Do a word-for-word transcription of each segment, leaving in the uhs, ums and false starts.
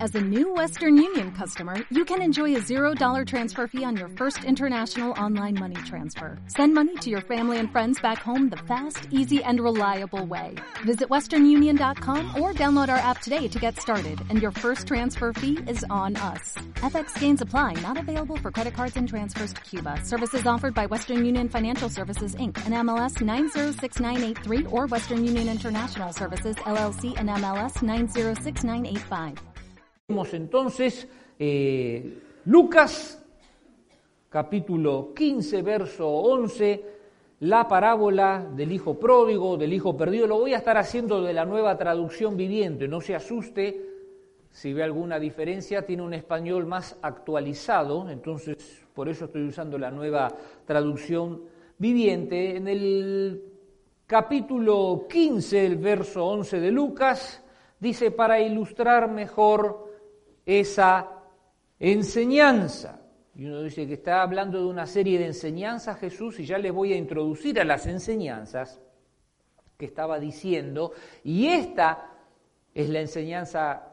As a new Western Union customer, you can enjoy a zero dollar transfer fee on your first international online money transfer. Send money to your family and friends back home the fast, easy, and reliable way. Visit western union dot com or download our app today to get started, and your first transfer fee is on us. F X gains apply, not available for credit cards and transfers to Cuba. Services offered by Western Union Financial Services, Incorporated, and M L S nine zero six nine eight three or Western Union International Services, L L C, and M L S nine zero six nine eight five. Vemos entonces eh, Lucas, capítulo quince, verso once, la parábola del hijo pródigo, del hijo perdido. Lo voy a estar haciendo de la Nueva Traducción Viviente, no se asuste si ve alguna diferencia, tiene un español más actualizado, entonces por eso estoy usando la Nueva Traducción Viviente. En el capítulo quince, el verso once de Lucas, dice, para ilustrar mejor esa enseñanza. Y uno dice que está hablando de una serie de enseñanzas Jesús, y ya les voy a introducir a las enseñanzas que estaba diciendo, y esta es la enseñanza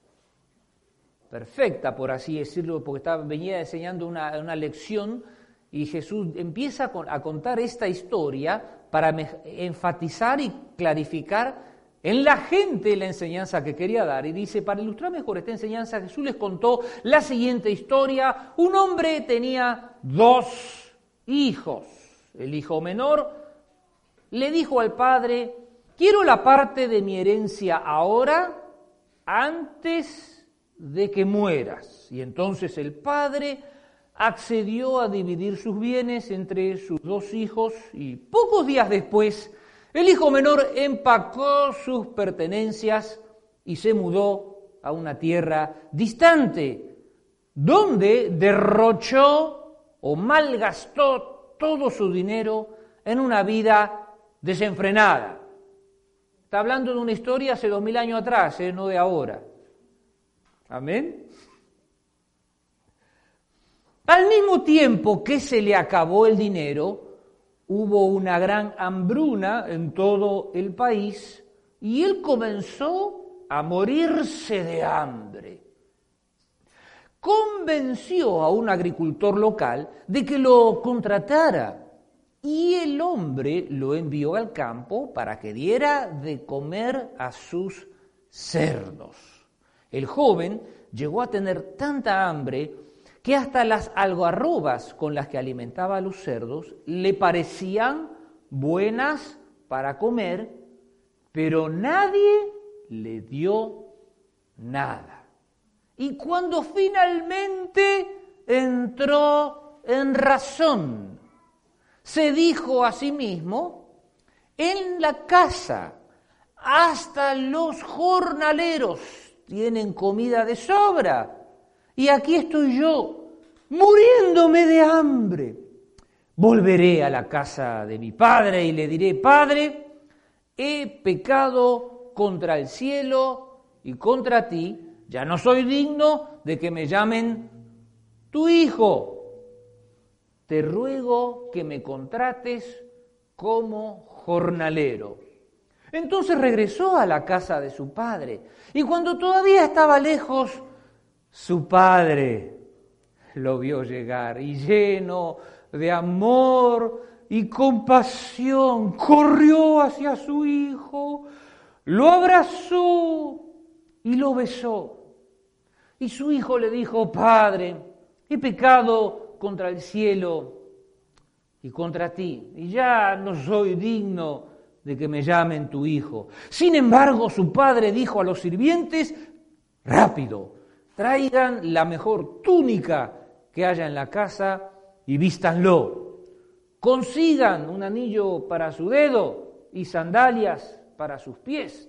perfecta, por así decirlo, porque estaba, venía enseñando una, una lección, y Jesús empieza a, a contar esta historia para me, enfatizar y clarificar en la gente la enseñanza que quería dar. Y dice, para ilustrar mejor esta enseñanza, Jesús les contó la siguiente historia. Un hombre tenía dos hijos. El hijo menor le dijo al padre, quiero la parte de mi herencia ahora, antes de que mueras. Y entonces el padre accedió a dividir sus bienes entre sus dos hijos, y pocos días después el hijo menor empacó sus pertenencias y se mudó a una tierra distante, donde derrochó o malgastó todo su dinero en una vida desenfrenada. Está hablando de una historia hace dos mil años atrás, ¿eh? No de ahora. Amén. Al mismo tiempo que se le acabó el dinero, hubo una gran hambruna en todo el país y él comenzó a morirse de hambre. Convenció a un agricultor local de que lo contratara y el hombre lo envió al campo para que diera de comer a sus cerdos. El joven llegó a tener tanta hambre que hasta las algarrobas con las que alimentaba a los cerdos le parecían buenas para comer, pero nadie le dio nada. Y cuando finalmente entró en razón, se dijo a sí mismo, en la casa hasta los jornaleros tienen comida de sobra, y aquí estoy yo, muriéndome de hambre. Volveré a la casa de mi padre y le diré, Padre, he pecado contra el cielo y contra ti, ya no soy digno de que me llamen tu hijo. Te ruego que me contrates como jornalero. Entonces regresó a la casa de su padre, y cuando todavía estaba lejos, su padre lo vio llegar y lleno de amor y compasión corrió hacia su hijo, lo abrazó y lo besó. Y su hijo le dijo, Padre, he pecado contra el cielo y contra ti, y ya no soy digno de que me llamen tu hijo. Sin embargo, su padre dijo a los sirvientes, rápido, traigan la mejor túnica que haya en la casa y vístanlo. Consigan un anillo para su dedo y sandalias para sus pies.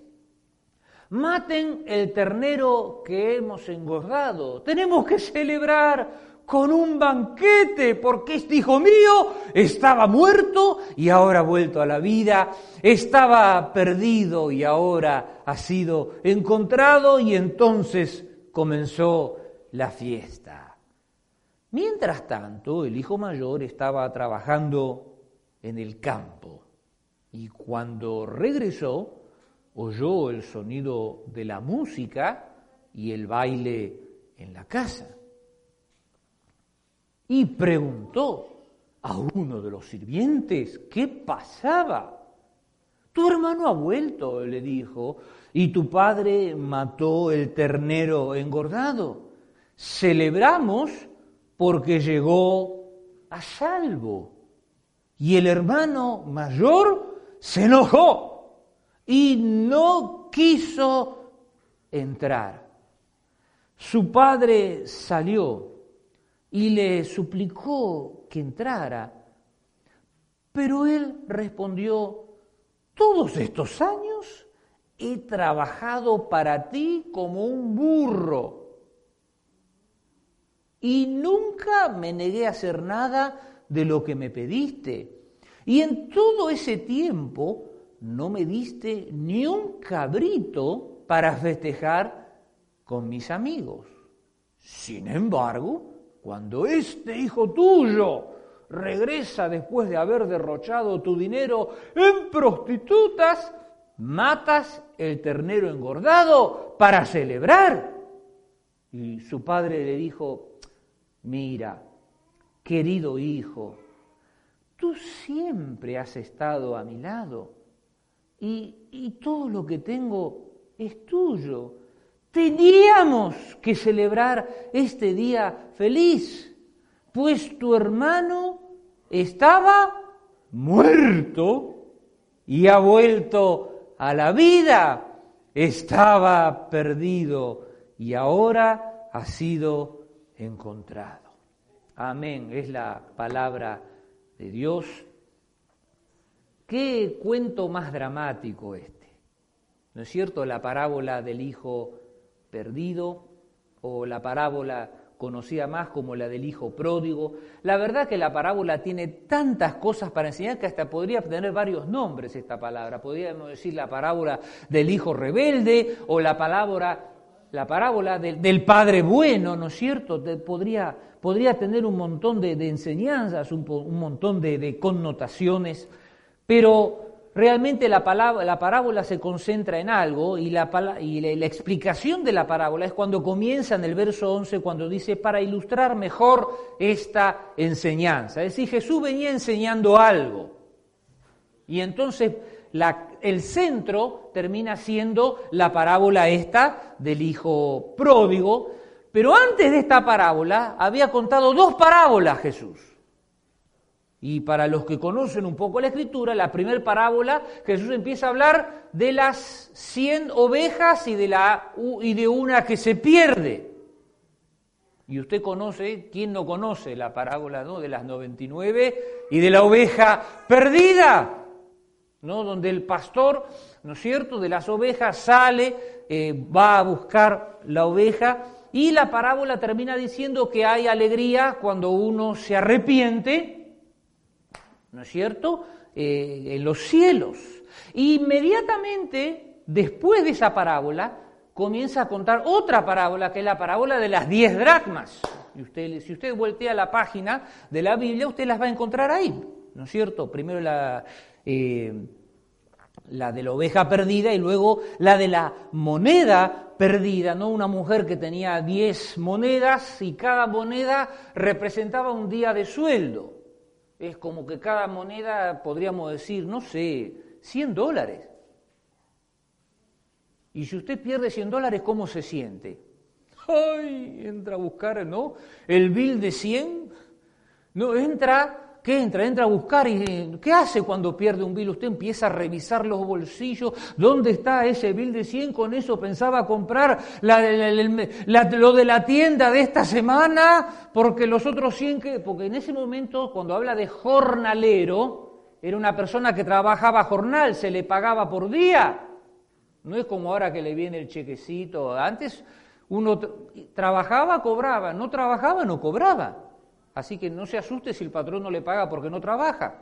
Maten el ternero que hemos engordado. Tenemos que celebrar con un banquete, porque este hijo mío estaba muerto y ahora ha vuelto a la vida, estaba perdido y ahora ha sido encontrado, y entonces comenzó la fiesta. Mientras tanto, el hijo mayor estaba trabajando en el campo, y cuando regresó, oyó el sonido de la música y el baile en la casa. Y preguntó a uno de los sirvientes qué pasaba. Tu hermano ha vuelto, le dijo, y tu padre mató el ternero engordado. Celebramos porque llegó a salvo. Y el hermano mayor se enojó y no quiso entrar. Su padre salió y le suplicó que entrara, pero él respondió: todos estos años he trabajado para ti como un burro y nunca me negué a hacer nada de lo que me pediste. Y en todo ese tiempo no me diste ni un cabrito para festejar con mis amigos. Sin embargo, cuando este hijo tuyo regresa después de haber derrochado tu dinero en prostitutas, matas el ternero engordado para celebrar. Y su padre le dijo: mira, querido hijo, tú siempre has estado a mi lado y, y todo lo que tengo es tuyo. Teníamos que celebrar este día feliz, pues tu hermano estaba muerto y ha vuelto a la vida. Estaba perdido y ahora ha sido encontrado. Amén, es la palabra de Dios. ¿Qué cuento más dramático este? ¿No es cierto? La parábola del hijo perdido, o la parábola conocida más como la del hijo pródigo. La verdad que la parábola tiene tantas cosas para enseñar que hasta podría tener varios nombres esta palabra. Podríamos decir la parábola del hijo rebelde, o la parábola, la parábola del, del padre bueno, ¿no es cierto? De, podría, podría tener un montón de, de enseñanzas, un, un montón de, de connotaciones, pero realmente la, palabra, la parábola se concentra en algo, y, la, y la, la explicación de la parábola es cuando comienza en el verso once, cuando dice: para ilustrar mejor esta enseñanza. Es decir, Jesús venía enseñando algo, y entonces la, el centro termina siendo la parábola esta del hijo pródigo, pero antes de esta parábola había contado dos parábolas Jesús. Y para los que conocen un poco la Escritura, la primera parábola, Jesús empieza a hablar de las cien ovejas y de, la, y de una que se pierde. Y usted conoce, ¿quién no conoce la parábola, ¿no?, de las noventa y nueve y de la oveja perdida? ¿No? Donde el pastor, ¿no es cierto?, de las ovejas sale, eh, va a buscar la oveja, y la parábola termina diciendo que hay alegría cuando uno se arrepiente, ¿no es cierto?, eh, en los cielos. Inmediatamente después de esa parábola comienza a contar otra parábola, que es la parábola de las diez dracmas. Y usted, si usted voltea la página de la Biblia, usted las va a encontrar ahí, ¿no es cierto? Primero la, eh, la de la oveja perdida, y luego la de la moneda perdida, ¿no? Una mujer que tenía diez monedas y cada moneda representaba un día de sueldo. Es como que cada moneda, podríamos decir, no sé, cien dólares. Y si usted pierde cien dólares, ¿cómo se siente? ¡Ay! Entra a buscar, ¿no?, el bill de cien. No, entra, ¿qué entra? Entra a buscar, y ¿qué hace cuando pierde un bill? Usted empieza a revisar los bolsillos. ¿Dónde está ese bill de cien? Con eso pensaba comprar la, la, la, la, lo de la tienda de esta semana, porque los otros cien que... Porque en ese momento, cuando habla de jornalero, era una persona que trabajaba jornal, se le pagaba por día. No es como ahora que le viene el chequecito. Antes uno trabajaba, cobraba, no trabajaba, no cobraba. Así que no se asuste si el patrón no le paga porque no trabaja.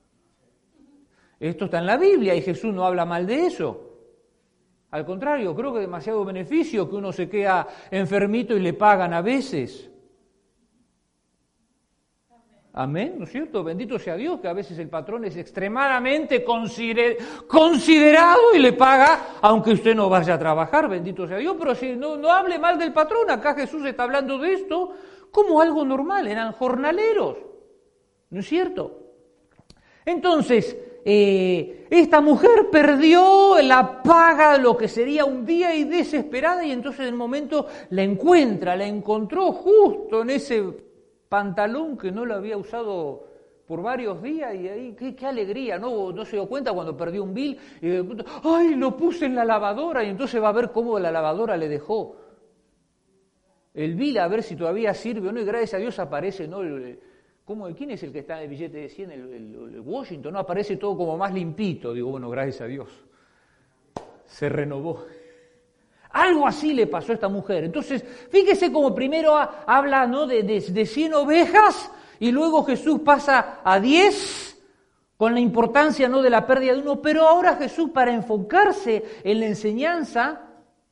Esto está en la Biblia y Jesús no habla mal de eso. Al contrario, creo que demasiado beneficio que uno se queda enfermito y le pagan a veces. Amén, ¿no es cierto? Bendito sea Dios, que a veces el patrón es extremadamente consider- considerado y le paga, aunque usted no vaya a trabajar, bendito sea Dios, pero si no, no hable mal del patrón, acá Jesús está hablando de esto como algo normal, eran jornaleros, ¿no es cierto? Entonces, eh, esta mujer perdió la paga, lo que sería un día, y desesperada, y entonces en el momento la encuentra, la encontró justo en ese pantalón que no lo había usado por varios días, y ahí, qué, qué alegría, ¿no? No se dio cuenta cuando perdió un bill, y de pronto, ¡ay, lo puse en la lavadora! Y entonces va a ver cómo la lavadora le dejó el bill, a ver si todavía sirve o no, y gracias a Dios aparece, ¿no? El, ¿cómo, ¿quién es el que está en el billete de cien? El, el, el Washington, ¿no? Aparece todo como más limpito. Digo, bueno, gracias a Dios. Se renovó. Algo así le pasó a esta mujer. Entonces, fíjese como primero ha, habla, ¿no? de, de, de cien ovejas, y luego Jesús pasa a diez, con la importancia, ¿no? de la pérdida de uno, pero ahora Jesús, para enfocarse en la enseñanza,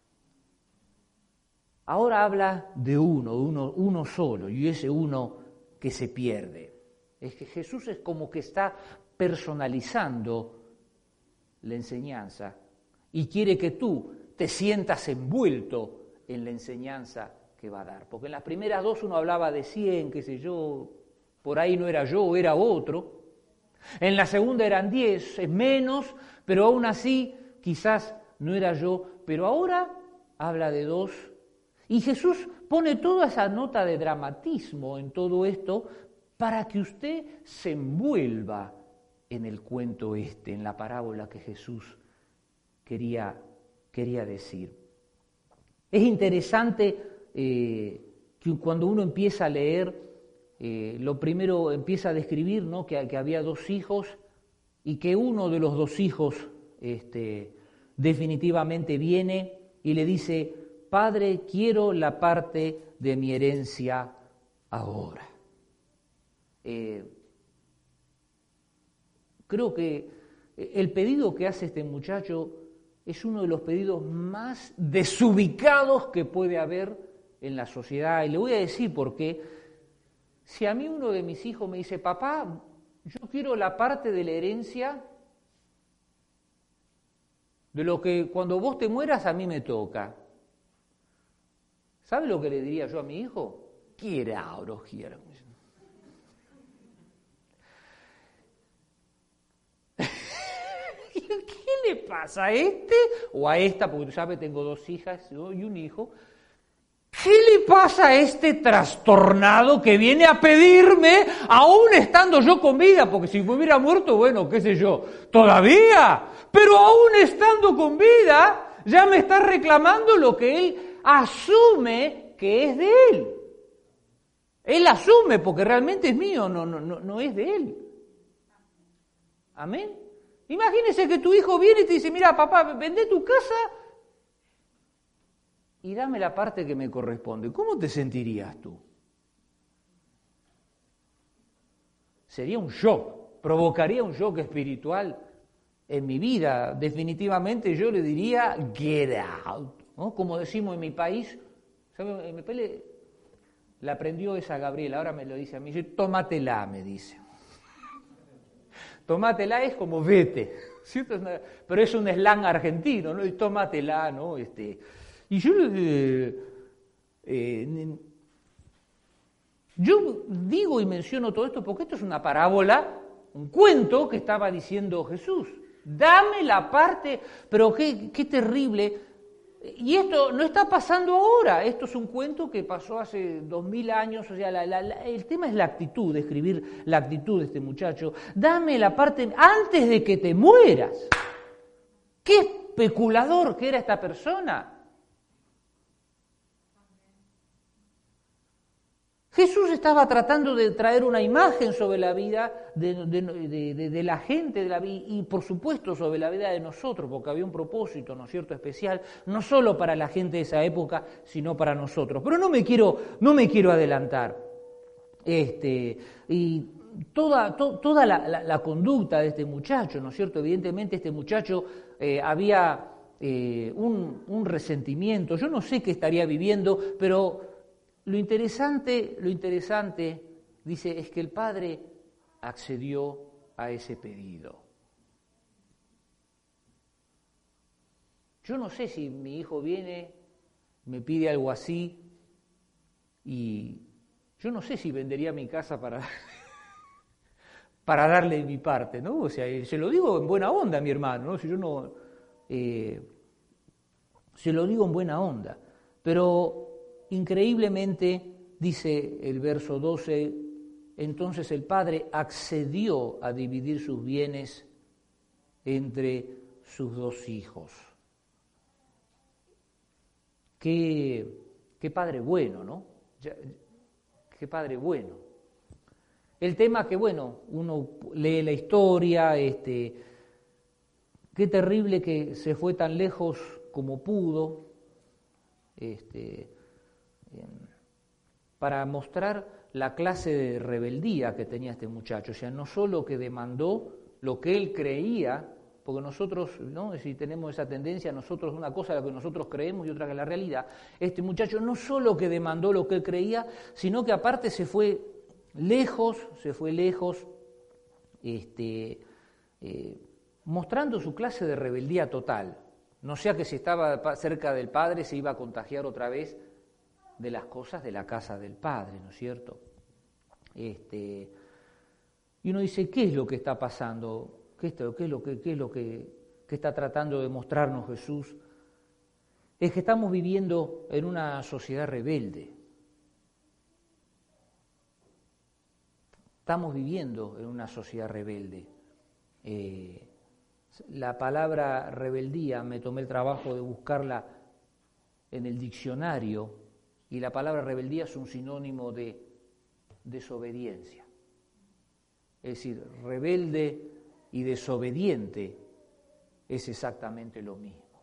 ahora habla de uno, uno, uno solo, y ese uno que se pierde. Es que Jesús es como que está personalizando la enseñanza y quiere que tú te sientas envuelto en la enseñanza que va a dar. Porque en las primeras dos uno hablaba de cien, qué sé yo, por ahí no era yo, era otro. En la segunda eran diez, es menos, pero aún así quizás no era yo. Pero ahora habla de dos. Y Jesús pone toda esa nota de dramatismo en todo esto para que usted se envuelva en el cuento este, en la parábola que Jesús quería, quería decir. Es interesante eh, que cuando uno empieza a leer, eh, lo primero empieza a describir, ¿no? que, que había dos hijos y que uno de los dos hijos este, definitivamente viene y le dice: Padre, quiero la parte de mi herencia ahora. Eh, creo que el pedido que hace este muchacho es uno de los pedidos más desubicados que puede haber en la sociedad. Y le voy a decir por qué. Si a mí uno de mis hijos me dice: papá, yo quiero la parte de la herencia de lo que cuando vos te mueras a mí me toca. ¿Sabe lo que le diría yo a mi hijo? Get out of here. ¿Qué le pasa a este o a esta? Porque tú sabes, tengo dos hijas, ¿no? y un hijo. ¿Qué le pasa a este trastornado que viene a pedirme, aún estando yo con vida? Porque si me hubiera muerto, bueno, qué sé yo, todavía. Pero aún estando con vida, ya me está reclamando lo que él asume que es de él. Él asume porque realmente es mío, no, no, no, no es de él. Amén. Imagínese que tu hijo viene y te dice: mira, papá, vende tu casa y dame la parte que me corresponde. ¿Cómo te sentirías tú? Sería un shock, provocaría un shock espiritual en mi vida. Definitivamente yo le diría: get out, ¿no? Como decimos en mi país, ¿sabe? En mi país le, le aprendió esa Gabriela, ahora me lo dice a mí, dice: tómatela, me dice. Tómatela es como vete, ¿cierto? Pero es un slang argentino, ¿no? Y tómatela, ¿no? Este, y yo, eh, eh, yo digo y menciono todo esto porque esto es una parábola, un cuento que estaba diciendo Jesús. Dame la parte, pero qué, qué terrible. Y esto no está pasando ahora, esto es un cuento que pasó hace dos mil años, o sea, la, la, la, el tema es la actitud, describir la actitud de este muchacho. Dame la parte antes de que te mueras. ¡Qué especulador que era esta persona! Jesús estaba tratando de traer una imagen sobre la vida de, de, de, de, de la gente de la vida y por supuesto sobre la vida de nosotros, porque había un propósito, ¿no es cierto?, especial, no solo para la gente de esa época, sino para nosotros. Pero no me quiero, no me quiero adelantar. Este, y toda, to, toda la, la, la conducta de este muchacho, ¿no es cierto? Evidentemente este muchacho eh, había eh, un, un resentimiento, yo no sé qué estaría viviendo, pero... Lo interesante, lo interesante dice, es que el padre accedió a ese pedido. Yo no sé si mi hijo viene, me pide algo así, y yo no sé si vendería mi casa para, para darle mi parte, ¿no? O sea, se lo digo en buena onda a mi hermano, ¿no? Si yo no, eh, se lo digo en buena onda. Pero increíblemente, dice el verso doce, entonces el padre accedió a dividir sus bienes entre sus dos hijos. Qué, qué padre bueno, ¿no? Qué padre bueno. El tema que, bueno, uno lee la historia, este, qué terrible que se fue tan lejos como pudo, este, para mostrar la clase de rebeldía que tenía este muchacho. O sea, no solo que demandó lo que él creía, porque nosotros, ¿no? Si tenemos esa tendencia, nosotros una cosa es lo que nosotros creemos y otra que la realidad. Este muchacho no solo que demandó lo que él creía, sino que aparte se fue lejos, se fue lejos, este, eh, mostrando su clase de rebeldía total. No sea que si estaba cerca del padre se iba a contagiar otra vez de las cosas de la casa del padre, ¿no es cierto? Este, y uno dice, ¿qué es lo que está pasando? ¿Qué, esto, qué es lo, que, qué es lo que, que está tratando de mostrarnos Jesús? Es que estamos viviendo en una sociedad rebelde. Estamos viviendo en una sociedad rebelde. Eh, la palabra rebeldía, me tomé el trabajo de buscarla en el diccionario, y la palabra rebeldía es un sinónimo de desobediencia. Es decir, rebelde y desobediente es exactamente lo mismo.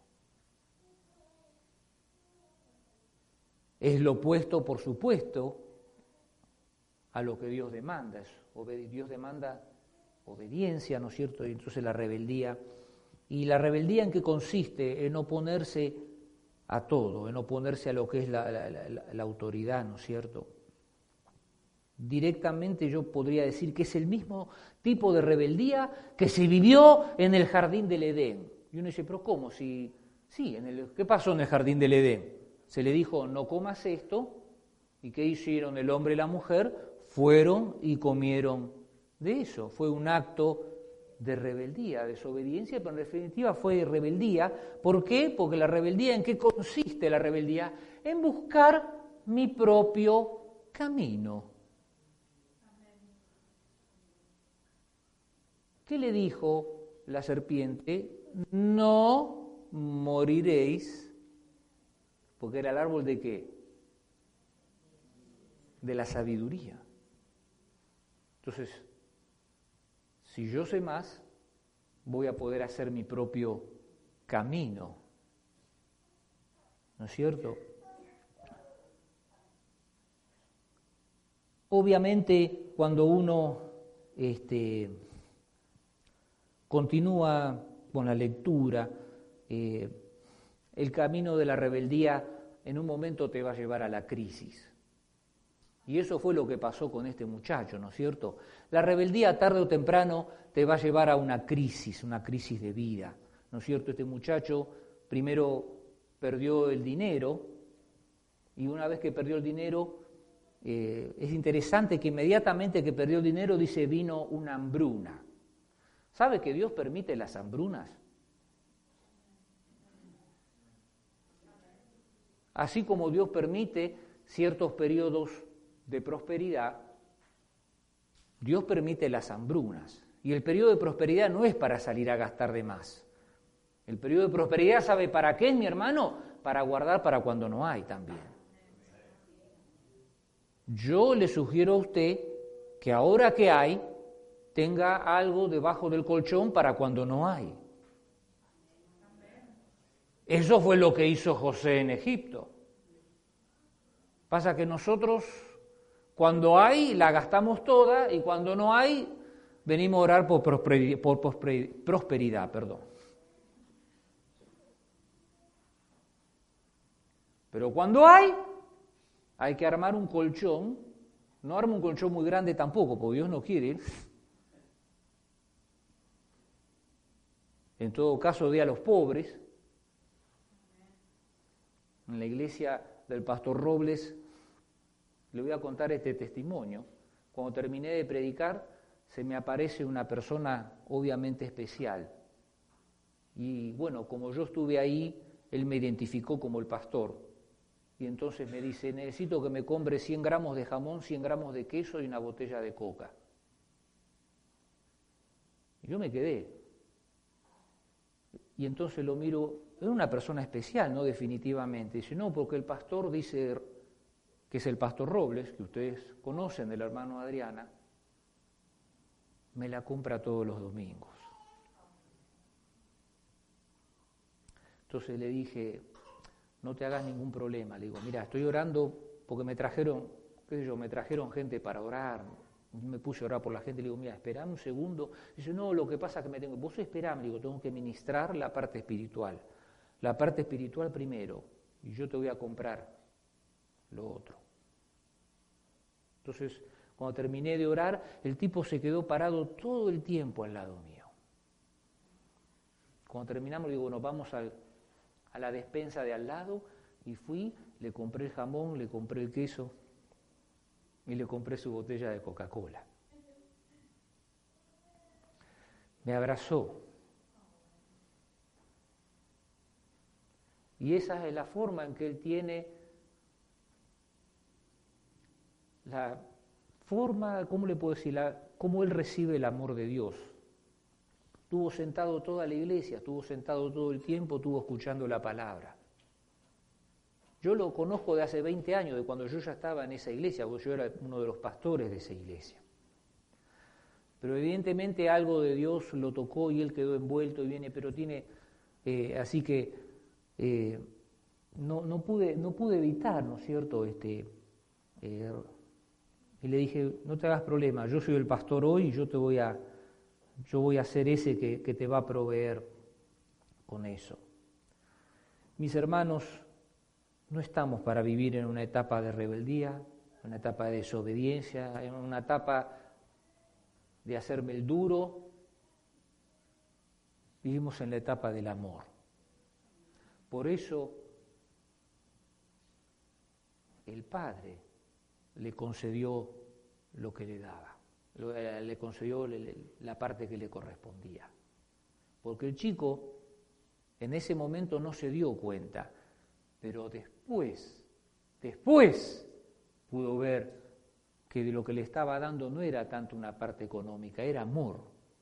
Es lo opuesto, por supuesto, a lo que Dios demanda. Dios demanda obediencia, ¿no es cierto? Y entonces la rebeldía. ¿Y la rebeldía en qué consiste? En oponerse a todo, en oponerse a lo que es la, la, la, la autoridad, ¿no es cierto? Directamente yo podría decir que es el mismo tipo de rebeldía que se vivió en el jardín del Edén. Y uno dice, pero ¿cómo? Si, sí, en el, ¿qué pasó en el jardín del Edén? Se le dijo, no comas esto, ¿y qué hicieron el hombre y la mujer? Fueron y comieron de eso. Fue un acto de rebeldía, desobediencia, pero en definitiva fue rebeldía. ¿Por qué? Porque la rebeldía, ¿en qué consiste la rebeldía? En buscar mi propio camino. ¿Qué le dijo la serpiente? No moriréis, porque era el árbol de qué? De la sabiduría. Entonces, si yo sé más, voy a poder hacer mi propio camino. ¿No es cierto? Obviamente, cuando uno este, continúa con la lectura, eh, el camino de la rebeldía en un momento te va a llevar a la crisis. Y eso fue lo que pasó con este muchacho, ¿no es cierto? La rebeldía tarde o temprano te va a llevar a una crisis, una crisis de vida, ¿no es cierto? Este muchacho primero perdió el dinero, y una vez que perdió el dinero, eh, es interesante que inmediatamente que perdió el dinero, dice, vino una hambruna. ¿Sabe que Dios permite las hambrunas? Así como Dios permite ciertos periodos de prosperidad, Dios permite las hambrunas. Y el periodo de prosperidad no es para salir a gastar de más. El periodo de prosperidad, ¿sabe para qué es, mi hermano? Para guardar para cuando no hay también. Yo le sugiero a usted que ahora que hay, tenga algo debajo del colchón para cuando no hay. Eso fue lo que hizo José en Egipto. Pasa que nosotros, cuando hay, la gastamos toda, y cuando no hay, venimos a orar por prosperidad, por prosperidad, perdón. Pero cuando hay, hay que armar un colchón No arme un colchón muy grande tampoco, porque Dios no quiere. En todo caso, dé a los pobres. En la iglesia del pastor Robles le voy a contar este testimonio. Cuando terminé de predicar, se me aparece una persona obviamente especial. Y bueno, como yo estuve ahí, él me identificó como el pastor. Y entonces me dice, necesito que me compre cien gramos de jamón, cien gramos de queso y una botella de coca. Y yo me quedé. Y entonces lo miro, era una persona especial, ¿no? Definitivamente. Dice, no, porque el pastor dice, que es el pastor Robles, que ustedes conocen del hermano Adriana, me la compra todos los domingos. Entonces le dije, no te hagas ningún problema. Le digo, mira, estoy orando porque me trajeron, qué sé yo, me trajeron gente para orar. Me puse a orar por la gente. Le digo, mira, esperame un segundo. Dice, no, lo que pasa es que me tengo, vos esperame. Le digo, tengo que ministrar la parte espiritual. La parte espiritual primero. Y yo te voy a comprar lo otro. Entonces, cuando terminé de orar, el tipo se quedó parado todo el tiempo al lado mío. Cuando terminamos, le digo, bueno, vamos al... a la despensa de al lado, y fui, le compré el jamón, le compré el queso y le compré su botella de Coca-Cola. Me abrazó. Y esa es la forma en que él tiene, la forma, ¿cómo le puedo decir? La, cómo él recibe el amor de Dios. Estuvo sentado toda la iglesia, estuvo sentado todo el tiempo, estuvo escuchando la palabra. Yo lo conozco de hace veinte años, de cuando yo ya estaba en esa iglesia, porque yo era uno de los pastores de esa iglesia. Pero evidentemente algo de Dios lo tocó y él quedó envuelto y viene, pero tiene, eh, así que eh, no, no, pude, no pude evitar, ¿no es cierto? Este, eh, y le dije, no te hagas problema, yo soy el pastor hoy y yo te voy a... Yo voy a ser ese que, que te va a proveer con eso. Mis hermanos, no estamos para vivir en una etapa de rebeldía, en una etapa de desobediencia, en una etapa de hacerme el duro. Vivimos en la etapa del amor. Por eso el Padre le concedió lo que le daba. Le concedió la parte que le correspondía. Porque el chico en ese momento no se dio cuenta, pero después, después pudo ver que de lo que le estaba dando no era tanto una parte económica, era amor.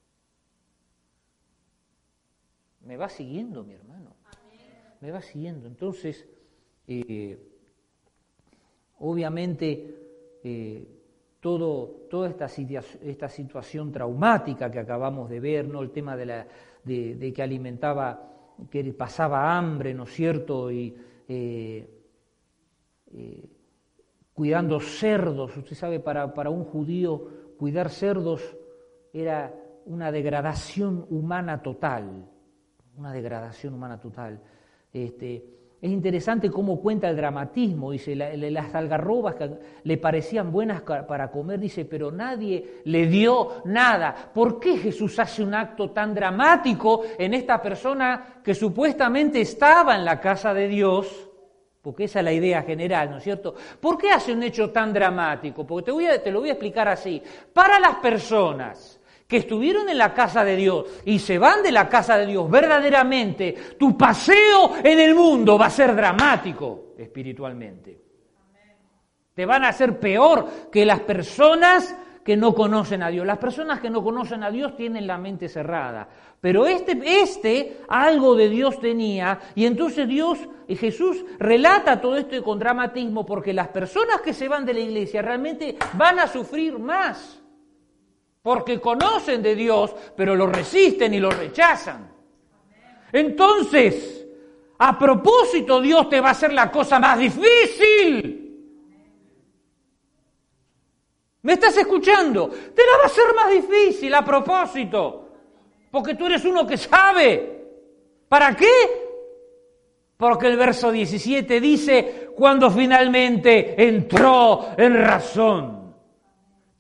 ¿Me va siguiendo, mi hermano? Me va siguiendo. Entonces, eh, obviamente, eh, Todo, toda esta, esta situación traumática que acabamos de ver, ¿no? El tema de, la, de, de que alimentaba, que pasaba hambre, ¿no es cierto? Y eh, eh, cuidando cerdos. Usted sabe, para, para un judío cuidar cerdos era una degradación humana total, una degradación humana total. Este, Es interesante cómo cuenta el dramatismo, dice, la, la, las algarrobas que le parecían buenas para comer, dice, pero nadie le dio nada. ¿Por qué Jesús hace un acto tan dramático en esta persona que supuestamente estaba en la casa de Dios? Porque esa es la idea general, ¿no es cierto? ¿Por qué hace un hecho tan dramático? Porque te, voy a, te lo voy a explicar así. Para las personas que estuvieron en la casa de Dios y se van de la casa de Dios, verdaderamente tu paseo en el mundo va a ser dramático espiritualmente. Amén. Te van a hacer peor que las personas que no conocen a Dios. Las personas que no conocen a Dios tienen la mente cerrada, pero este, este algo de Dios tenía, y entonces Dios y Jesús relata todo esto con dramatismo, porque las personas que se van de la iglesia realmente van a sufrir más. Porque conocen de Dios, pero lo resisten y lo rechazan. Entonces, a propósito, Dios te va a hacer la cosa más difícil. ¿Me estás escuchando? Te la va a hacer más difícil a propósito. Porque tú eres uno que sabe. ¿Para qué? Porque el verso diecisiete dice, cuando finalmente entró en razón.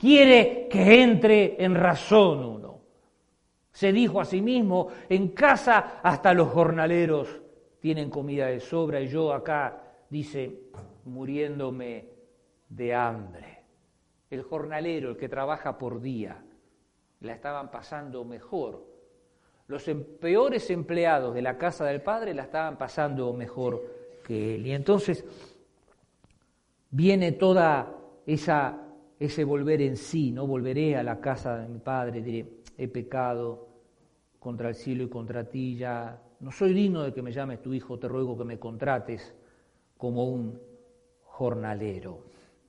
quiere que entre en razón uno. Se dijo a sí mismo, en casa hasta los jornaleros tienen comida de sobra y yo acá, dice, muriéndome de hambre. El jornalero, el que trabaja por día, la estaban pasando mejor. Los em- peores empleados de la casa del padre la estaban pasando mejor que él. Y entonces viene toda esa, ese volver en sí, ¿no? Volveré a la casa de mi padre, diré, he pecado contra el cielo y contra ti, ya no soy digno de que me llames tu hijo, te ruego que me contrates como un jornalero.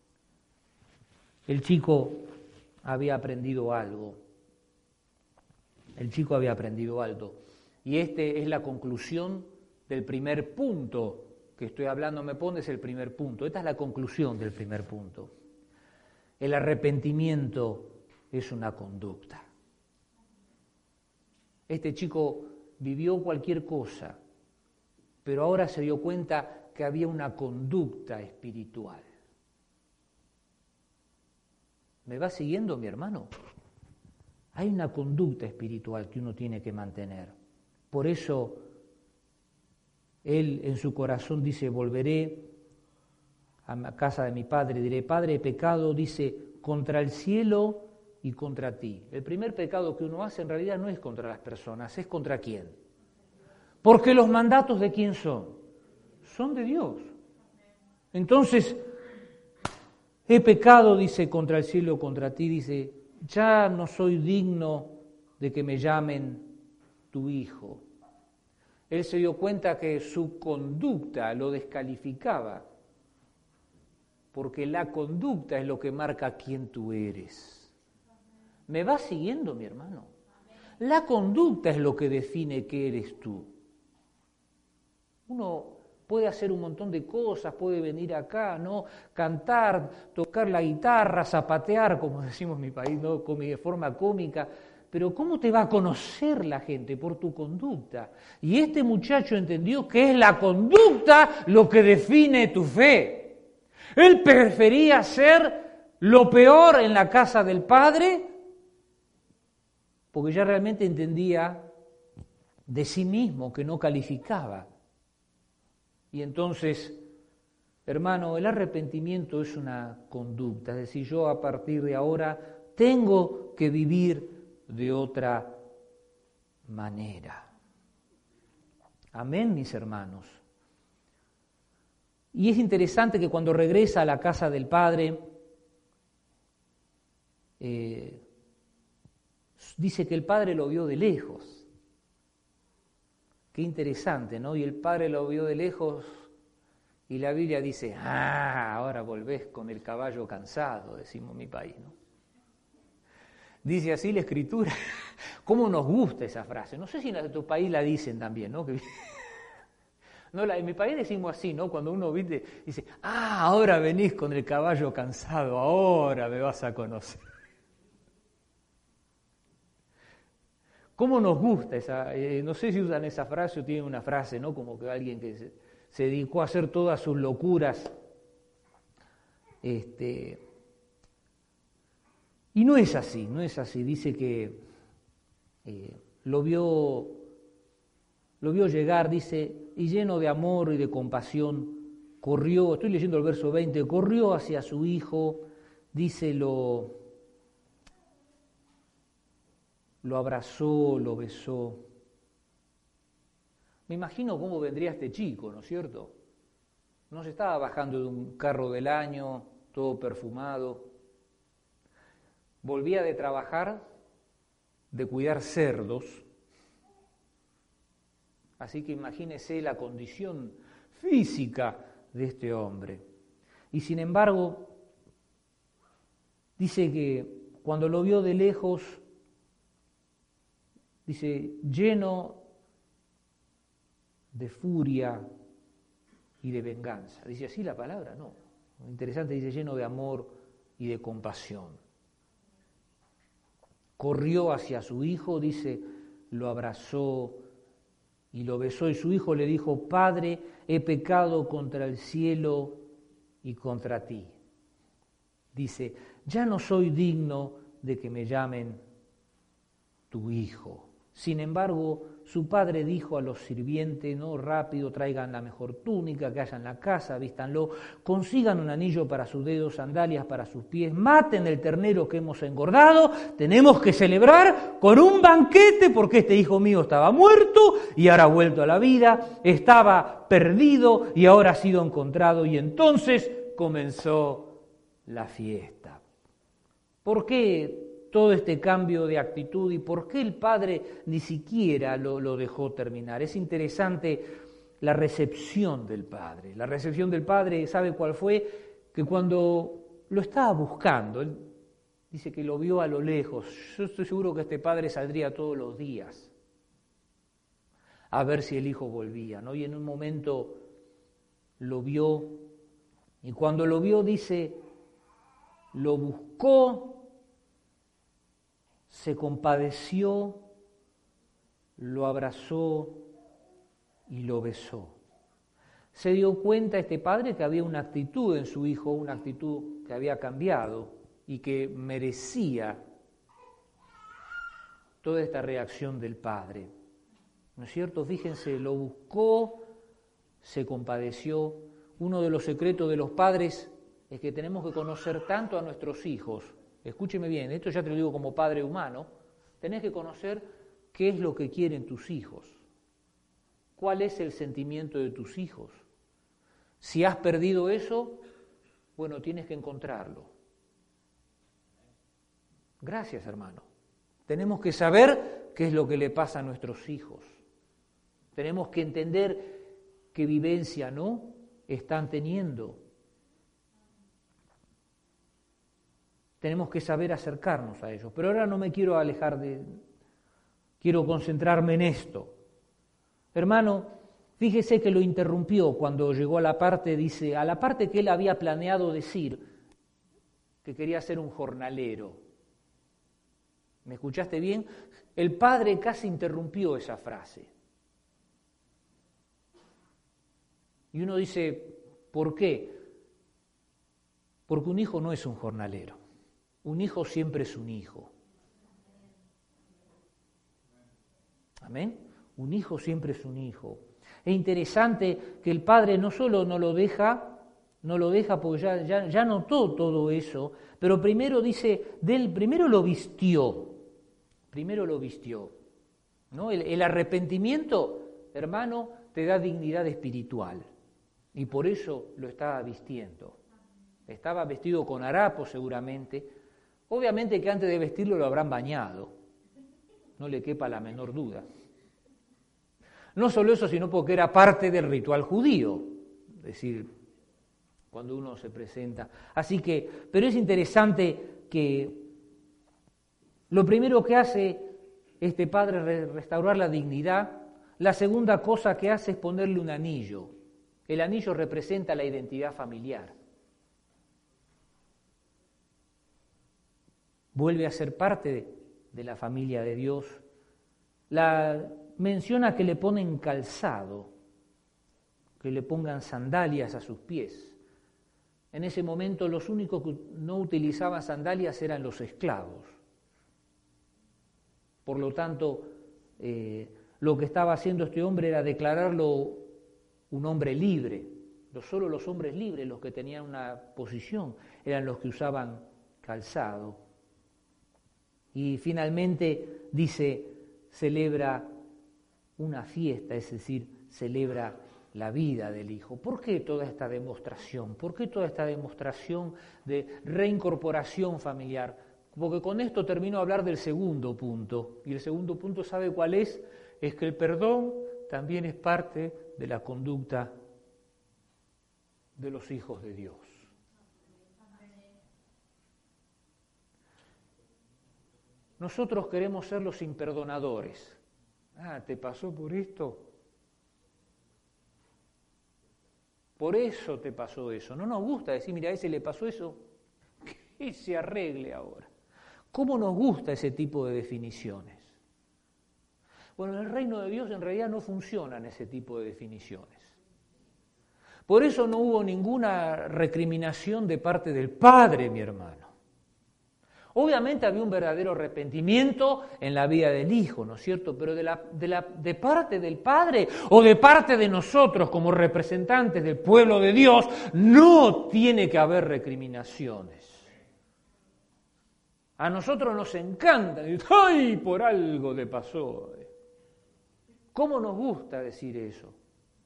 El chico había aprendido algo. El chico había aprendido algo. Y este es la conclusión del primer punto que estoy hablando. Me pones el primer punto. Esta es la conclusión del primer punto. El arrepentimiento es una conducta. Este chico vivió cualquier cosa, pero ahora se dio cuenta que había una conducta espiritual. ¿Me va siguiendo, mi hermano? Hay una conducta espiritual que uno tiene que mantener. Por eso, él en su corazón dice, volveré a la casa de mi padre, diré, Padre, he pecado, dice, contra el cielo y contra ti. El primer pecado que uno hace en realidad no es contra las personas, es contra quién. Porque los mandatos ¿de quién son? Son de Dios. Entonces, he pecado, dice, contra el cielo, contra ti, dice, ya no soy digno de que me llamen tu hijo. Él se dio cuenta que su conducta lo descalificaba, porque la conducta es lo que marca quién tú eres. ¿Me vas siguiendo, mi hermano? La conducta es lo que define qué eres tú. Uno puede hacer un montón de cosas, puede venir acá, ¿no? Cantar, tocar la guitarra, zapatear, como decimos en mi país, ¿no? De forma cómica, pero ¿cómo te va a conocer la gente? Por tu conducta. Y este muchacho entendió que es la conducta lo que define tu fe. Él prefería ser lo peor en la casa del padre, porque ya realmente entendía de sí mismo que no calificaba. Y entonces, hermano, el arrepentimiento es una conducta, es decir, yo a partir de ahora tengo que vivir de otra manera. Amén, mis hermanos. Y es interesante que cuando regresa a la casa del padre, eh, dice que el padre lo vio de lejos. Qué interesante, ¿no? Y el padre lo vio de lejos y la Biblia dice, ah, ahora volvés con el caballo cansado, decimos en mi país, ¿no? Dice así la Escritura. ¿Cómo nos gusta esa frase? No sé si en tu país la dicen también, ¿no? Que... no la, en mi país decimos así, ¿no? Cuando uno ¿viste? Dice, ah, ahora venís con el caballo cansado, ahora me vas a conocer. ¿Cómo nos gusta esa? Eh, no sé si usan esa frase o tienen una frase, ¿no? Como que alguien que se, se dedicó a hacer todas sus locuras. Este, y no es así, no es así. Dice que eh, lo vio, lo vio llegar, dice, y lleno de amor y de compasión, corrió, estoy leyendo el verso veinte, corrió hacia su hijo, dice, lo... Lo abrazó, lo besó. Me imagino cómo vendría este chico, ¿no es cierto? No se estaba bajando de un carro del año, todo perfumado. Volvía de trabajar, de cuidar cerdos. Así que imagínese la condición física de este hombre. Y sin embargo, dice que cuando lo vio de lejos, dice, lleno de furia y de venganza. Dice así la palabra, no. Interesante, dice, lleno de amor y de compasión. Corrió hacia su hijo, dice, lo abrazó y lo besó, y su hijo le dijo, Padre, he pecado contra el cielo y contra ti. dice, ya no soy digno de que me llamen tu hijo. Sin embargo, su padre dijo a los sirvientes, no, rápido, traigan la mejor túnica que haya en la casa, vístanlo, consigan un anillo para sus dedos, sandalias para sus pies, maten el ternero que hemos engordado, tenemos que celebrar con un banquete porque este hijo mío estaba muerto y ahora ha vuelto a la vida, estaba perdido y ahora ha sido encontrado, y entonces comenzó la fiesta. ¿Por qué todo este cambio de actitud y por qué el padre ni siquiera lo, lo dejó terminar? Es interesante la recepción del padre. La recepción del padre, ¿sabe cuál fue? Que cuando lo estaba buscando, él dice que lo vio a lo lejos. Yo estoy seguro que este padre saldría todos los días a ver si el hijo volvía, ¿no? Y en un momento lo vio, y cuando lo vio, dice, lo buscó, se compadeció, lo abrazó y lo besó. Se dio cuenta este padre que había una actitud en su hijo, una actitud que había cambiado y que merecía toda esta reacción del padre. ¿No es cierto? Fíjense, lo buscó, se compadeció. Uno de los secretos de los padres es que tenemos que conocer tanto a nuestros hijos. Escúcheme bien, esto ya te lo digo como padre humano, tenés que conocer qué es lo que quieren tus hijos, cuál es el sentimiento de tus hijos. Si has perdido eso, bueno, tienes que encontrarlo. Gracias, hermano. Tenemos que saber qué es lo que le pasa a nuestros hijos. Tenemos que entender qué vivencia, ¿no?, están teniendo. Tenemos que saber acercarnos a ellos. Pero ahora no me quiero alejar de... Quiero concentrarme en esto. Hermano, fíjese que lo interrumpió cuando llegó a la parte, dice, a la parte que él había planeado decir, que quería ser un jornalero. ¿Me escuchaste bien? El padre casi interrumpió esa frase. Y uno dice, ¿por qué? Porque un hijo no es un jornalero. Un hijo siempre es un hijo. Amén. Un hijo siempre es un hijo. Es interesante que el padre no solo no lo deja, no lo deja porque ya, ya, ya notó todo eso, pero primero dice, del, primero lo vistió. Primero lo vistió. ¿No? El, el arrepentimiento, hermano, te da dignidad espiritual. Y por eso lo estaba vistiendo. Estaba vestido con harapos seguramente. Obviamente que antes de vestirlo lo habrán bañado, no le quepa la menor duda. No solo eso, sino porque era parte del ritual judío, es decir, cuando uno se presenta. Así que, pero es interesante que lo primero que hace este padre es restaurar la dignidad. La segunda cosa que hace es ponerle un anillo. El anillo representa la identidad familiar. Vuelve a ser parte de, de la familia de Dios. La menciona que le ponen calzado, que le pongan sandalias a sus pies. En ese momento los únicos que no utilizaban sandalias eran los esclavos. Por lo tanto, eh, lo que estaba haciendo este hombre era declararlo un hombre libre. Solo los hombres libres, los que tenían una posición, eran los que usaban calzado. Y finalmente dice, celebra una fiesta, es decir, celebra la vida del hijo. ¿Por qué toda esta demostración? ¿Por qué toda esta demostración de reincorporación familiar? Porque con esto termino de hablar del segundo punto. Y el segundo punto, ¿sabe cuál es? Es que el perdón también es parte de la conducta de los hijos de Dios. Nosotros queremos ser los imperdonadores. Ah, ¿te pasó por esto? Por eso te pasó eso. No nos gusta decir, mira, a ese le pasó eso, que se arregle ahora. ¿Cómo nos gusta ese tipo de definiciones? Bueno, en el reino de Dios en realidad no funcionan ese tipo de definiciones. Por eso no hubo ninguna recriminación de parte del padre, mi hermano. Obviamente había un verdadero arrepentimiento en la vida del hijo, ¿no es cierto? Pero de, la, de, la, de parte del padre o de parte de nosotros como representantes del pueblo de Dios, no tiene que haber recriminaciones. A nosotros nos encanta decir, ¡ay, por algo le pasó! ¿Cómo nos gusta decir eso?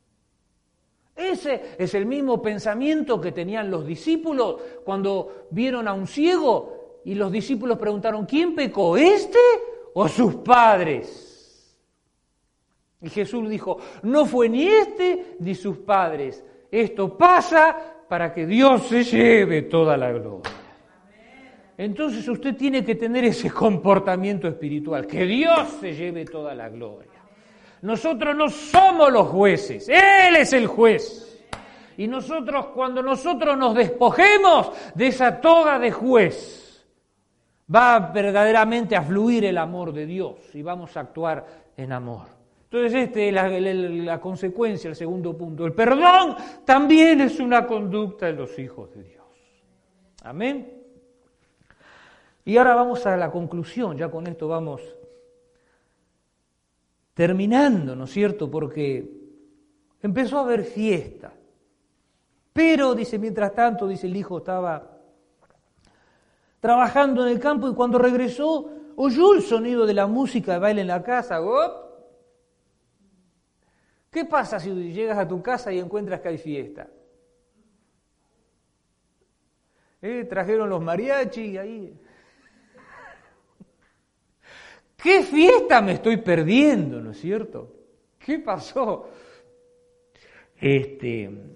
Ese es el mismo pensamiento que tenían los discípulos cuando vieron a un ciego y los discípulos preguntaron, ¿quién pecó, este o sus padres? Y Jesús dijo, no fue ni este ni sus padres. Esto pasa para que Dios se lleve toda la gloria. Entonces usted tiene que tener ese comportamiento espiritual, que Dios se lleve toda la gloria. Nosotros no somos los jueces, Él es el juez. Y nosotros, cuando nosotros nos despojemos de esa toga de juez, va verdaderamente a fluir el amor de Dios y vamos a actuar en amor. Entonces esta es la, la, la consecuencia, el segundo punto. El perdón también es una conducta de los hijos de Dios. Amén. Y ahora vamos a la conclusión, ya con esto vamos terminando, ¿no es cierto? Porque empezó a haber fiesta. Pero, dice, mientras tanto, dice, el hijo estaba trabajando en el campo y cuando regresó oyó el sonido de la música de baile en la casa. ¡Op! ¿Qué pasa si llegas a tu casa y encuentras que hay fiesta? ¿Eh? Trajeron los mariachis ahí. ¿Qué fiesta me estoy perdiendo, no es cierto? ¿Qué pasó? Este...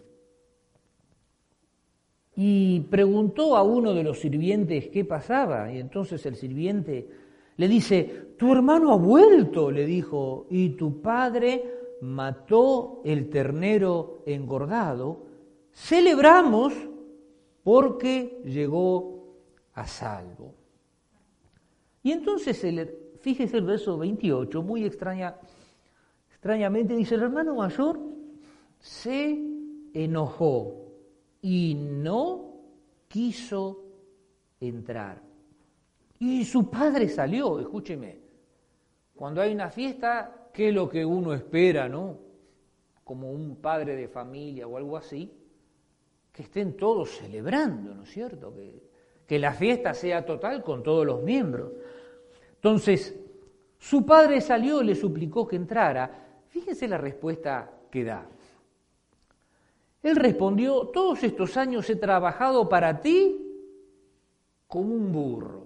Y preguntó a uno de los sirvientes qué pasaba, y entonces el sirviente le dice, tu hermano ha vuelto, le dijo, y tu padre mató el ternero engordado, celebramos porque llegó a salvo. Y entonces, el, fíjese el verso veintiocho, muy extraña, extrañamente dice, el hermano mayor se enojó y no quiso entrar. Y su padre salió, escúcheme, cuando hay una fiesta, ¿qué es lo que uno espera, no? Como un padre de familia o algo así, que estén todos celebrando, ¿no es cierto? Que, que la fiesta sea total con todos los miembros. Entonces, su padre salió y le suplicó que entrara. Fíjense la respuesta que da. Él respondió, todos estos años he trabajado para ti como un burro.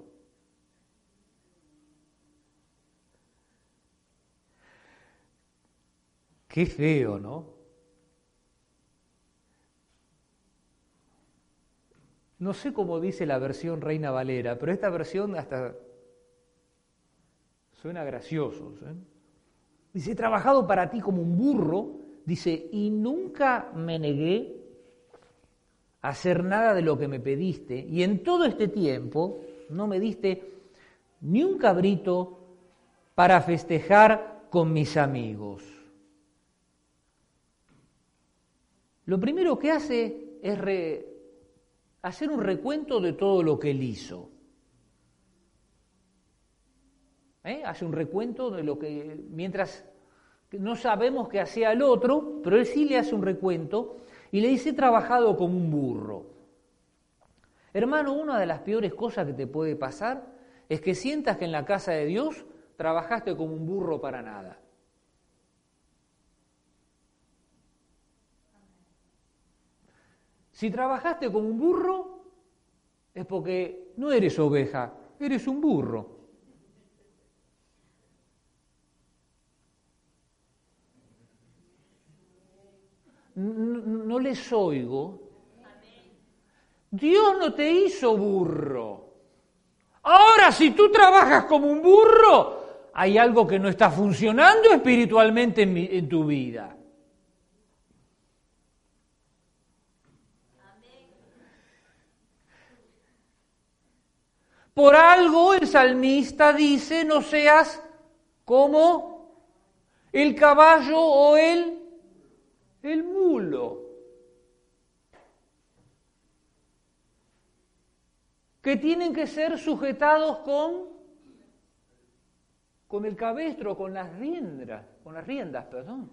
Qué feo, ¿no? No sé cómo dice la versión Reina Valera, pero esta versión hasta suena gracioso. ¿eh? Dice, he trabajado para ti como un burro. Dice, y nunca me negué a hacer nada de lo que me pediste, y en todo este tiempo no me diste ni un cabrito para festejar con mis amigos. Lo primero que hace es re, hacer un recuento de todo lo que él hizo. ¿Eh? Hace un recuento de lo que, mientras no sabemos qué hacía el otro, pero él sí le hace un recuento y le dice, he trabajado como un burro. Hermano, una de las peores cosas que te puede pasar es que sientas que en la casa de Dios trabajaste como un burro para nada. Si trabajaste como un burro, es porque no eres oveja, eres un burro. No, no les oigo. Dios no te hizo burro. Ahora, si tú trabajas como un burro, hay algo que no está funcionando espiritualmente en, mi, en tu vida. Por algo el salmista dice, no seas como el caballo o el, el mulo. que tienen que ser sujetados con, con el cabestro, con las riendas, con las riendas, perdón.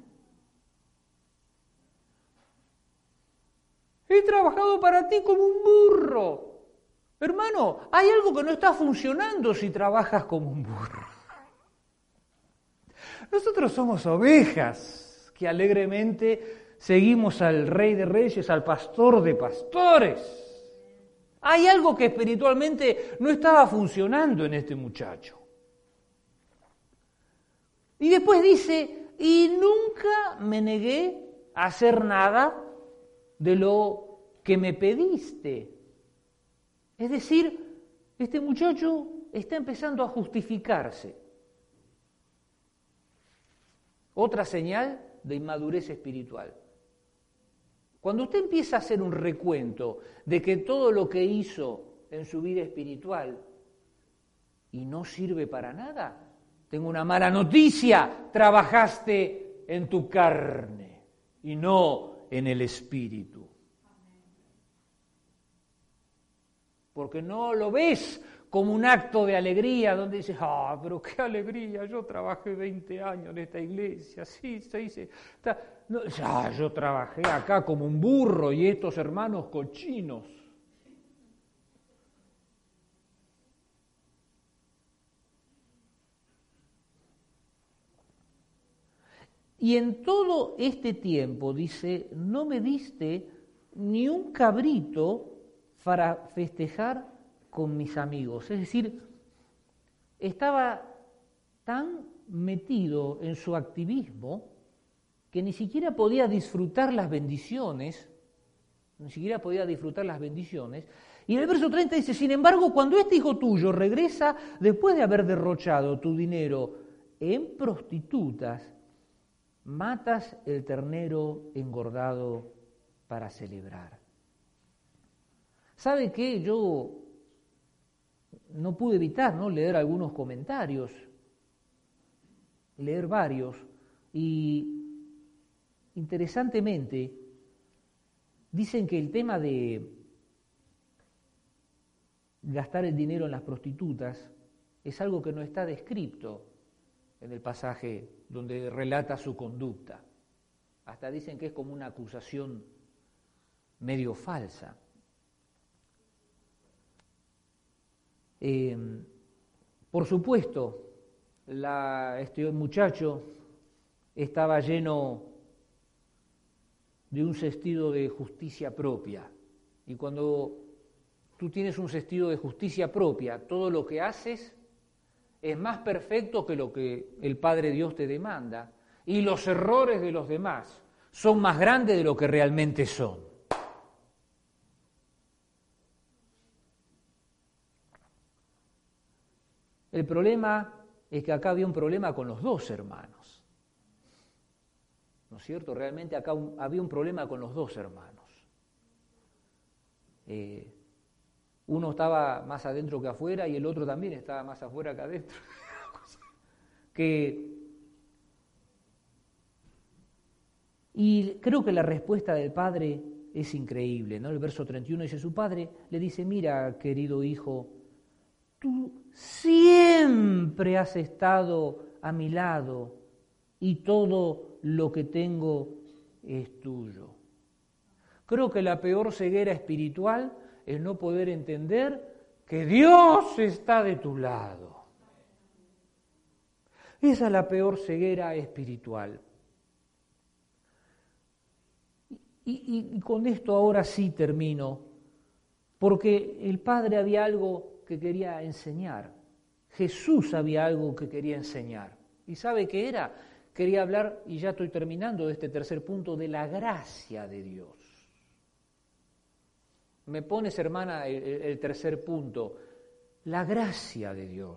He trabajado para ti como un burro. Hermano, hay algo que no está funcionando si trabajas como un burro. Nosotros somos ovejas que alegremente seguimos al Rey de Reyes, al Pastor de Pastores. Hay algo que espiritualmente no estaba funcionando en este muchacho. Y después dice, y nunca me negué a hacer nada de lo que me pediste. Es decir, este muchacho está empezando a justificarse. Otra señal de inmadurez espiritual. Cuando usted empieza a hacer un recuento de que todo lo que hizo en su vida espiritual y no sirve para nada, tengo una mala noticia, trabajaste en tu carne y no en el espíritu. Porque no lo ves como un acto de alegría donde dices, ah, pero qué alegría, yo trabajé veinte años en esta iglesia, sí, se dice, no, ya, yo trabajé acá como un burro y estos hermanos cochinos. Y en todo este tiempo, dice, no me diste ni un cabrito para festejar con mis amigos. Es decir, estaba tan metido en su activismo que ni siquiera podía disfrutar las bendiciones, ni siquiera podía disfrutar las bendiciones. Y en el verso treinta dice, sin embargo, cuando este hijo tuyo regresa después de haber derrochado tu dinero en prostitutas, matas el ternero engordado para celebrar. ¿Sabe qué? Yo no pude evitar, ¿no?, leer algunos comentarios, leer varios, y interesantemente dicen que el tema de gastar el dinero en las prostitutas es algo que no está descrito en el pasaje donde relata su conducta. Hasta dicen que es como una acusación medio falsa. Eh, por supuesto, la, este muchacho estaba lleno de un sentido de justicia propia. Y cuando tú tienes un sentido de justicia propia, todo lo que haces es más perfecto que lo que el Padre Dios te demanda. Y los errores de los demás son más grandes de lo que realmente son. El problema es que acá había un problema con los dos hermanos. ¿No es cierto? Realmente acá un, había un problema con los dos hermanos. Eh, uno estaba más adentro que afuera y el otro también estaba más afuera que adentro. que, y creo que la respuesta del padre es increíble, ¿no? El verso treinta y uno dice, su padre le dice, mira, querido hijo, tú siempre has estado a mi lado y todo lo que tengo es tuyo. Creo que la peor ceguera espiritual es no poder entender que Dios está de tu lado. Esa es la peor ceguera espiritual. Y, y, y con esto ahora sí termino, porque el Padre había algo que quería enseñar. Jesús había algo que quería enseñar. ¿Y sabe qué era? Quería hablar, y ya estoy terminando de este tercer punto, de la gracia de Dios. Me pones, hermana, el, el tercer punto, la gracia de Dios.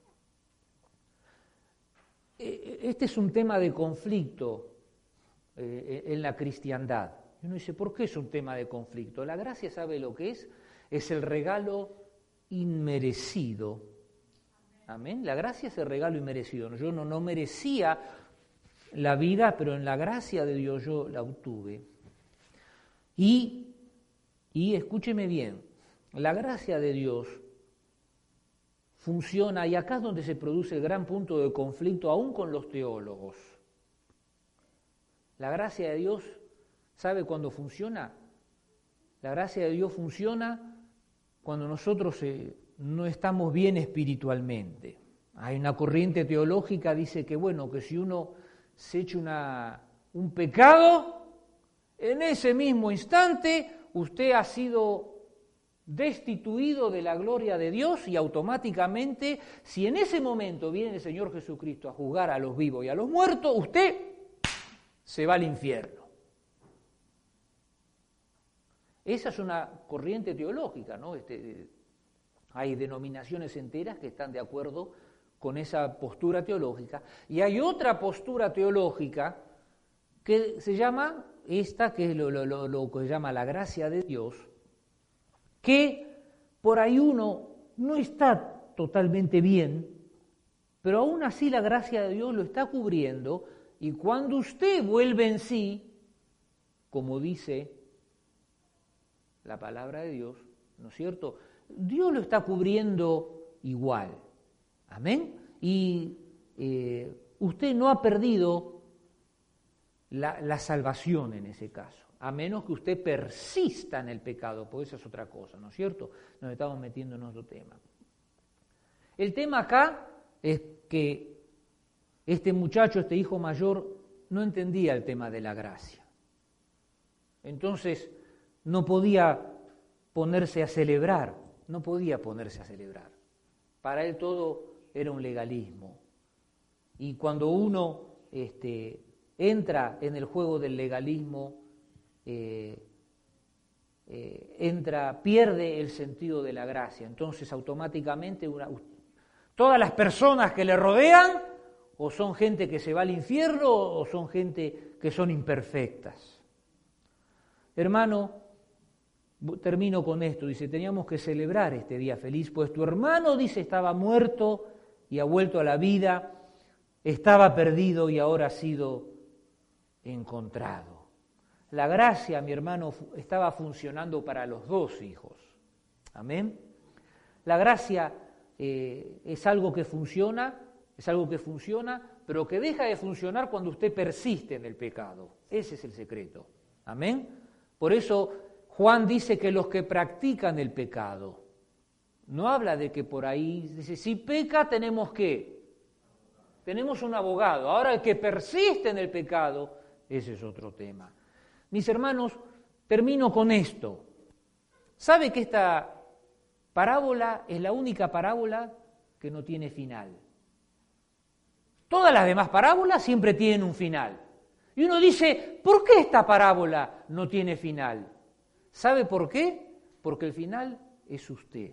Este es un tema de conflicto eh, en la cristiandad. Y uno dice, ¿por qué es un tema de conflicto? La gracia, ¿sabe lo que es? Es el regalo inmerecido. Amén. La gracia es el regalo inmerecido. Yo no, no merecía la vida, pero en la gracia de Dios yo la obtuve. Y, y escúcheme bien, la gracia de Dios funciona, y acá es donde se produce el gran punto de conflicto aún con los teólogos. La gracia de Dios, ¿sabe cuándo funciona? La gracia de Dios funciona cuando nosotros eh, no estamos bien espiritualmente. Hay una corriente teológica que dice que, bueno, que si uno se echa una, un pecado, en ese mismo instante usted ha sido destituido de la gloria de Dios y automáticamente, si en ese momento viene el Señor Jesucristo a juzgar a los vivos y a los muertos, usted se va al infierno. Esa es una corriente teológica, ¿no? Este, hay denominaciones enteras que están de acuerdo con esa postura teológica, y hay otra postura teológica que se llama, esta que es lo, lo, lo, lo que se llama la gracia de Dios, que por ahí uno no está totalmente bien, pero aún así la gracia de Dios lo está cubriendo, y cuando usted vuelve en sí, como dice la palabra de Dios, ¿no es cierto?, Dios lo está cubriendo igual. Amén. Y eh, usted no ha perdido la, la salvación en ese caso, a menos que usted persista en el pecado, porque esa es otra cosa, ¿no es cierto? Nos estamos metiendo en otro tema. El tema acá es que este muchacho, este hijo mayor, no entendía el tema de la gracia. Entonces, no podía ponerse a celebrar, no podía ponerse a celebrar. Para él todo era un legalismo. Y cuando uno este, entra en el juego del legalismo, eh, eh, entra, pierde el sentido de la gracia. Entonces automáticamente una, todas las personas que le rodean o son gente que se va al infierno o son gente que son imperfectas. Hermano, termino con esto, dice, teníamos que celebrar este día feliz, pues tu hermano, dice, estaba muerto y ha vuelto a la vida, estaba perdido y ahora ha sido encontrado. La gracia, mi hermano, estaba funcionando para los dos hijos. Amén. La gracia eh, es algo que funciona, es algo que funciona, pero que deja de funcionar cuando usted persiste en el pecado. Ese es el secreto. Amén. Por eso Juan dice que los que practican el pecado, no habla de que por ahí, dice, si peca tenemos que, tenemos un abogado. Ahora el que persiste en el pecado, ese es otro tema. Mis hermanos, termino con esto. ¿Sabe que esta parábola es la única parábola que no tiene final? Todas las demás parábolas siempre tienen un final. Y uno dice, ¿por qué esta parábola no tiene final? ¿Sabe por qué? Porque el final es usted.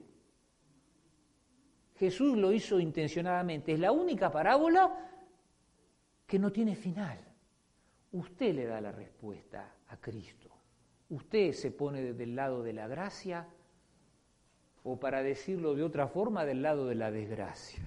Jesús lo hizo intencionadamente. Es la única parábola que no tiene final. Usted le da la respuesta a Cristo. Usted se pone del lado de la gracia o, para decirlo de otra forma, del lado de la desgracia.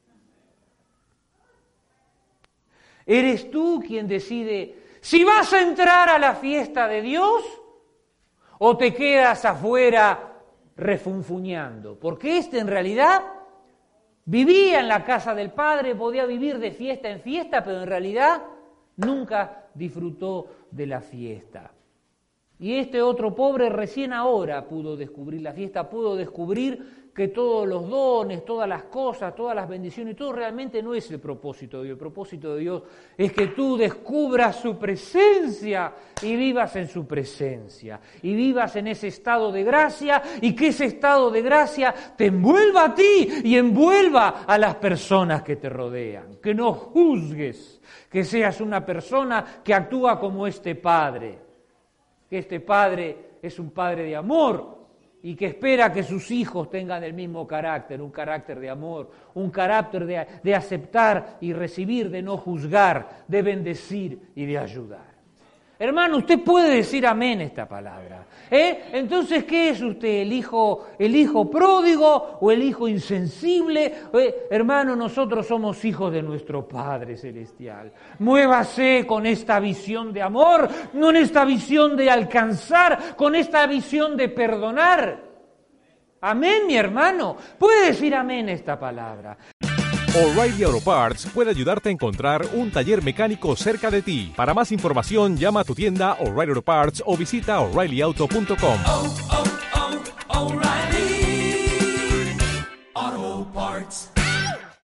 Eres tú quien decide si vas a entrar a la fiesta de Dios o te quedas afuera refunfuñando. Porque este en realidad vivía en la casa del Padre, podía vivir de fiesta en fiesta, pero en realidad nunca disfrutó de la fiesta. Y este otro pobre recién ahora pudo descubrir la fiesta, pudo descubrir que todos los dones, todas las cosas, todas las bendiciones, todo realmente no es el propósito de Dios. El propósito de Dios es que tú descubras su presencia y vivas en su presencia. Y vivas en ese estado de gracia y que ese estado de gracia te envuelva a ti y envuelva a las personas que te rodean. Que no juzgues, que seas una persona que actúa como este Padre. Que este Padre es un Padre de amor y que espera que sus hijos tengan el mismo carácter, un carácter de amor, un carácter de, de aceptar y recibir, de no juzgar, de bendecir y de ayudar. Hermano, usted puede decir amén a esta palabra. ¿Eh? Entonces, ¿qué es usted? ¿El hijo, el hijo pródigo o el hijo insensible? ¿Eh? Hermano, nosotros somos hijos de nuestro Padre Celestial. Muévase con esta visión de amor, no en esta visión de alcanzar, con esta visión de perdonar. Amén, mi hermano. Puede decir amén esta palabra. O'Reilly Auto Parts puede ayudarte a encontrar un taller mecánico cerca de ti. Para más información, llama a tu tienda O'Reilly Auto Parts o visita O'Reilly Auto punto com. Oh, oh, oh, O'Reilly Auto Parts.